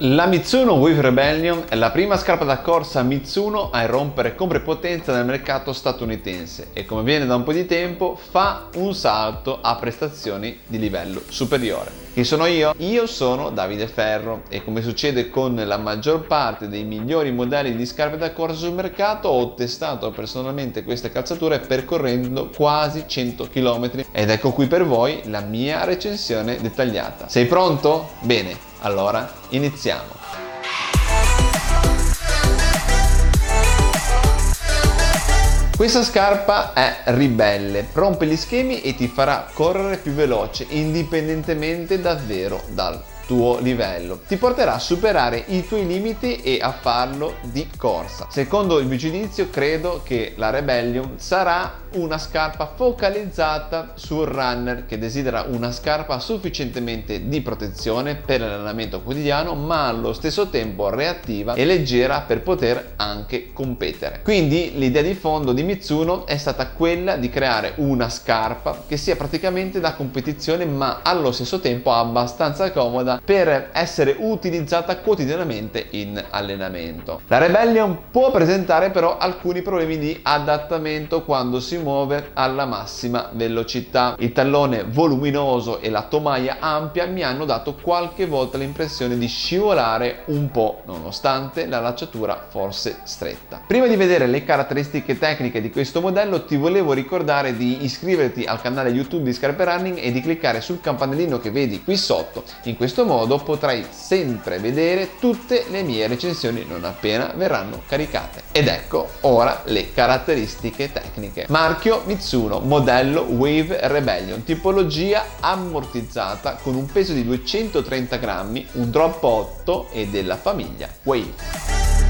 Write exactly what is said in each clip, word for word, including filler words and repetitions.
La Mizuno Wave Rebellion è la prima scarpa da corsa Mizuno a irrompere con prepotenza nel mercato statunitense e, come viene da un po' di tempo, fa un salto a prestazioni di livello superiore. Chi sono io? Io sono Davide Ferro e, come succede con la maggior parte dei migliori modelli di scarpe da corsa sul mercato, ho testato personalmente queste calzature percorrendo quasi cento chilometri ed ecco qui per voi la mia recensione dettagliata. Sei pronto? Bene, allora iniziamo. Questa scarpa è ribelle, rompe gli schemi e ti farà correre più veloce indipendentemente davvero dal tuo livello. Ti porterà a superare i tuoi limiti e a farlo di corsa. Secondo il mio giudizio, credo che la Rebellion sarà una scarpa focalizzata sul runner che desidera una scarpa sufficientemente di protezione per l'allenamento quotidiano, ma allo stesso tempo reattiva e leggera per poter anche competere. Quindi l'idea di fondo di Mizuno è stata quella di creare una scarpa che sia praticamente da competizione, ma allo stesso tempo abbastanza comoda per essere utilizzata quotidianamente in allenamento. La Rebellion può presentare però alcuni problemi di adattamento quando si muove alla massima velocità. Il tallone voluminoso e la tomaia ampia mi hanno dato qualche volta l'impressione di scivolare un po', nonostante la lacciatura fosse stretta. Prima di vedere le caratteristiche tecniche di questo modello, ti volevo ricordare di iscriverti al canale YouTube di Scarpe Running e di cliccare sul campanellino che vedi qui sotto. In questo modo potrai sempre vedere tutte le mie recensioni non appena verranno caricate. Ed ecco ora le caratteristiche tecniche. Marchio Mizuno, modello Wave Rebellion, tipologia ammortizzata con un peso di duecentotrenta grammi, un drop otto e della famiglia Wave.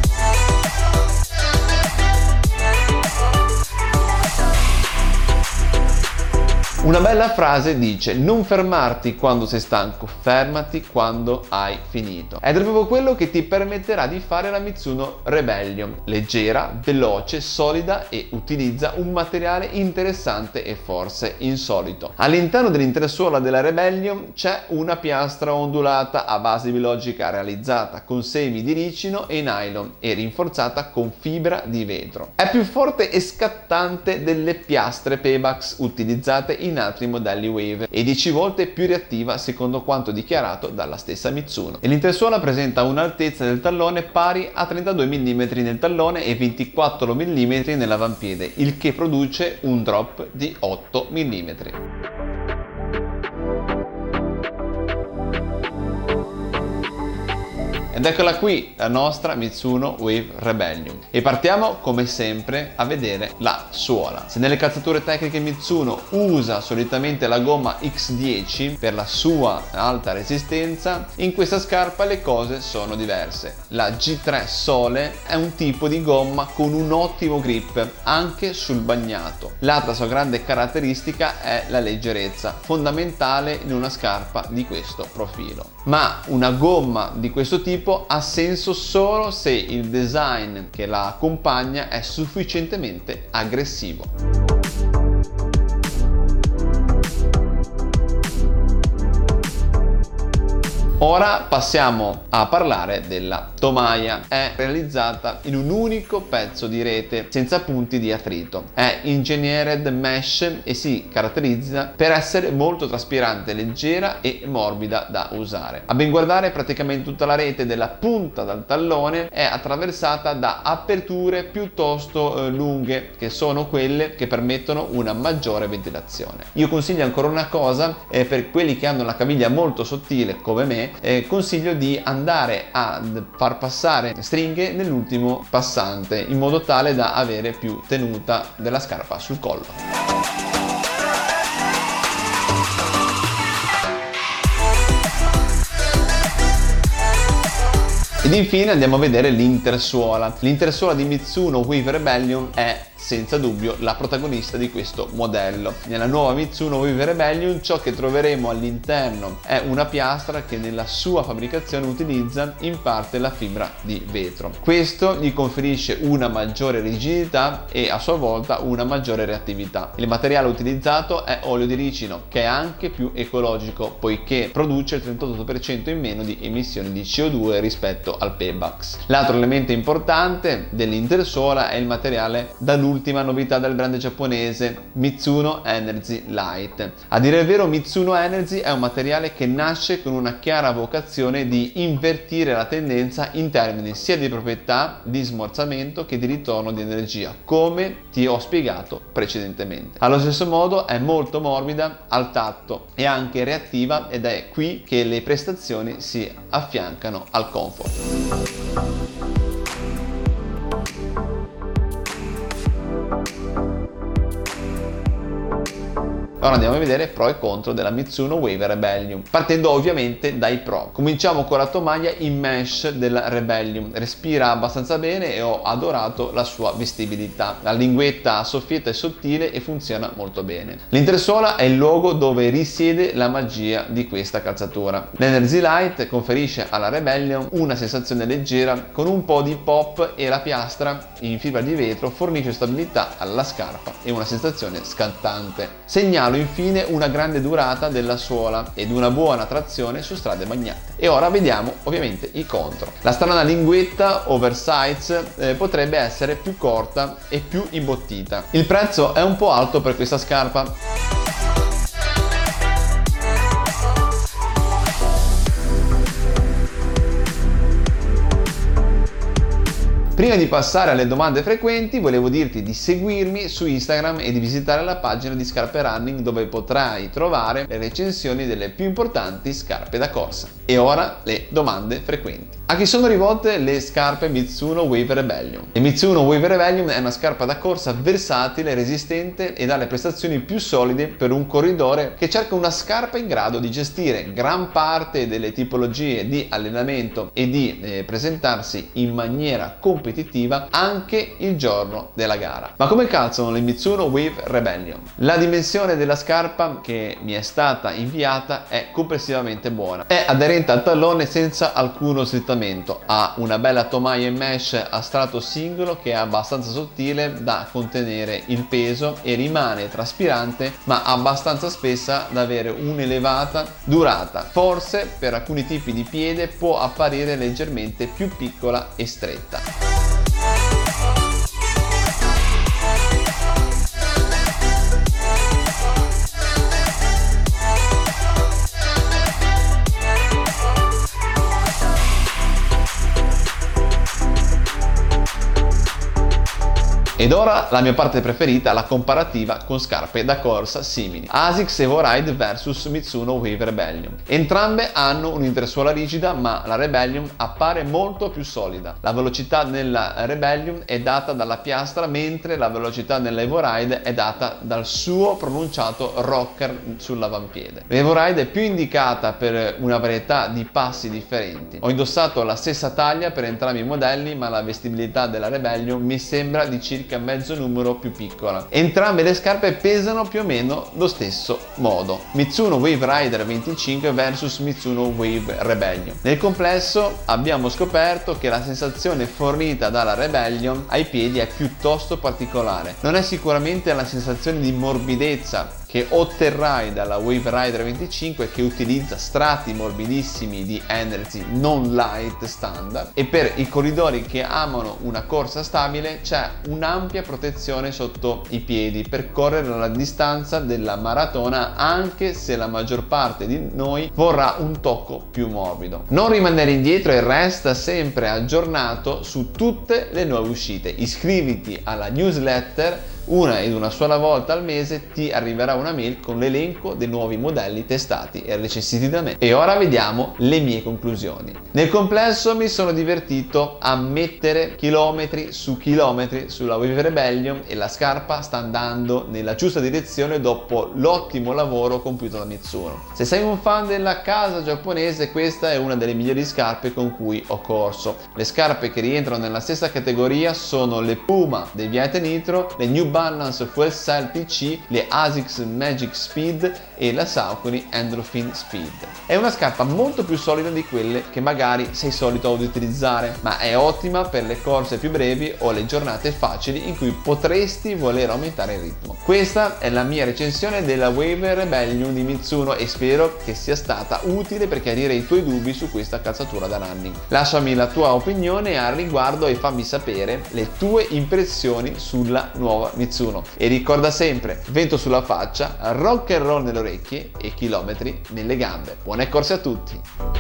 Una bella frase dice: non fermarti quando sei stanco, fermati quando hai finito. Ed è proprio quello che ti permetterà di fare la Mizuno Rebellion, leggera, veloce, solida e utilizza un materiale interessante e forse insolito. All'interno dell'intresuola della Rebellion c'è una piastra ondulata a base biologica realizzata con semi di ricino e nylon e rinforzata con fibra di vetro. È più forte e scattante delle piastre Pebax utilizzate in in altri modelli Wave e dieci volte più reattiva secondo quanto dichiarato dalla stessa Mizuno. E l'intresuola presenta un'altezza del tallone pari a trentadue millimetri nel tallone e ventiquattro millimetri nell'avampiede, il che produce un drop di otto millimetri. Ed eccola qui la nostra Mizuno Wave Rebellion e partiamo come sempre a vedere la suola. Se nelle calzature tecniche Mizuno usa solitamente la gomma X dieci per la sua alta resistenza, in questa scarpa le cose sono diverse. La G tre Sole è un tipo di gomma con un ottimo grip anche sul bagnato. L'altra sua grande caratteristica è la leggerezza, fondamentale in una scarpa di questo profilo. Ma una gomma di questo tipo ha senso solo se il design che la accompagna è sufficientemente aggressivo. Ora passiamo a parlare della tomaia. È realizzata in un unico pezzo di rete senza punti di attrito. È engineered mesh e si caratterizza per essere molto traspirante, leggera e morbida da usare. A ben guardare, praticamente tutta la rete della punta del tallone è attraversata da aperture piuttosto eh, lunghe, che sono quelle che permettono una maggiore ventilazione. Io consiglio ancora una cosa, eh, per quelli che hanno la caviglia molto sottile come me, Eh, consiglio di andare a far passare stringhe nell'ultimo passante in modo tale da avere più tenuta della scarpa sul collo. Ed infine andiamo a vedere l'intersuola. L'intersuola di Mizuno Wave Rebellion è senza dubbio la protagonista di questo modello. Nella nuova Mizuno Wave Rebellion ciò che troveremo all'interno è una piastra che nella sua fabbricazione utilizza in parte la fibra di vetro. Questo gli conferisce una maggiore rigidità e a sua volta una maggiore reattività. Il materiale utilizzato è olio di ricino, che è anche più ecologico poiché produce il trentotto per cento in meno di emissioni di C O due rispetto al Pebax. L'altro elemento importante dell'intersuola è il materiale dall'ultima novità del brand giapponese Mizuno Energy Light. A dire il vero, Mizuno Energy è un materiale che nasce con una chiara vocazione di invertire la tendenza in termini sia di proprietà, di smorzamento che di ritorno di energia, come ti ho spiegato precedentemente. Allo stesso modo è molto morbida al tatto e anche reattiva, ed è qui che le prestazioni si affiancano al comfort. Ora andiamo a vedere pro e contro della Mizuno Wave Rebellion, partendo ovviamente dai pro. Cominciamo con la tomaia in mesh della Rebellion, respira abbastanza bene e ho adorato la sua vestibilità. La linguetta soffietta e sottile e funziona molto bene. L'intersuola è il luogo dove risiede la magia di questa calzatura. L'Energy Light conferisce alla Rebellion una sensazione leggera con un po' di pop e la piastra in fibra di vetro fornisce stabilità alla scarpa e una sensazione scantante. Segnalo infine una grande durata della suola ed una buona trazione su strade bagnate. E ora vediamo ovviamente i contro. La strana linguetta oversize eh, potrebbe essere più corta e più imbottita. Il prezzo è un po' alto per questa scarpa. Prima di passare alle domande frequenti, volevo dirti di seguirmi su Instagram e di visitare la pagina di Scarpe Running, dove potrai trovare le recensioni delle più importanti scarpe da corsa. E ora le domande frequenti. A chi sono rivolte le scarpe Mizuno Wave Rebellion? Le Mizuno Wave Rebellion è una scarpa da corsa versatile, resistente e dà le prestazioni più solide per un corridore che cerca una scarpa in grado di gestire gran parte delle tipologie di allenamento e di eh, presentarsi in maniera competitiva anche il giorno della gara. Ma come calzano le Mizuno Wave Rebellion? La dimensione della scarpa che mi è stata inviata è complessivamente buona. È aderente al tallone senza alcuno slittamento. Ha una bella tomaia in mesh a strato singolo che è abbastanza sottile da contenere il peso e rimane traspirante ma abbastanza spessa da avere un'elevata durata. Forse per alcuni tipi di piede può apparire leggermente più piccola e stretta. Ed ora la mia parte preferita, la comparativa con scarpe da corsa simili. Asics Evoride versus Mizuno Wave Rebellion. Entrambe hanno un'intersuola rigida, ma la Rebellion appare molto più solida. La velocità nella Rebellion è data dalla piastra, mentre la velocità nella Evoride è data dal suo pronunciato rocker sull'avampiede. L'Evoride è più indicata per una varietà di passi differenti. Ho indossato la stessa taglia per entrambi i modelli, ma la vestibilità della Rebellion mi sembra di circa mezzo numero più piccola. Entrambe le scarpe pesano più o meno lo stesso modo. Mizuno Wave Rider venticinque versus Mizuno Wave Rebellion. Nel complesso abbiamo scoperto che la sensazione fornita dalla Rebellion ai piedi è piuttosto particolare. Non è sicuramente la sensazione di morbidezza che otterrai dalla Wave Rider venticinque, che utilizza strati morbidissimi di Energy non light standard, e per i corridori che amano una corsa stabile c'è un'ampia protezione sotto i piedi per correre la distanza della maratona, anche se la maggior parte di noi vorrà un tocco più morbido. Non rimanere indietro e resta sempre aggiornato su tutte le nuove uscite. Iscriviti alla newsletter una ed una sola volta al mese ti arriverà una mail con l'elenco dei nuovi modelli testati e recensiti da me. E ora vediamo le mie conclusioni. Nel complesso mi sono divertito a mettere chilometri su chilometri sulla Wave Rebellion e la scarpa sta andando nella giusta direzione dopo l'ottimo lavoro compiuto da Mitsuno. Se sei un fan della casa giapponese, questa è una delle migliori scarpe con cui ho corso. Le scarpe che rientrano nella stessa categoria sono le Puma dei Viate Nitro, le New Balance Fuel Cell T C, le Asics Magic Speed e la Saucony Endorphin Speed. È una scarpa molto più solida di quelle che magari sei solito ad utilizzare, ma è ottima per le corse più brevi o le giornate facili in cui potresti voler aumentare il ritmo. Questa è la mia recensione della Wave Rebellion di Mitsuno e spero che sia stata utile per chiarire i tuoi dubbi su questa calzatura da running. Lasciami la tua opinione al riguardo e fammi sapere le tue impressioni sulla nuova Mitsuno. E ricorda sempre, vento sulla faccia, rock and roll nelle orecchie e chilometri nelle gambe. Buone corse a tutti!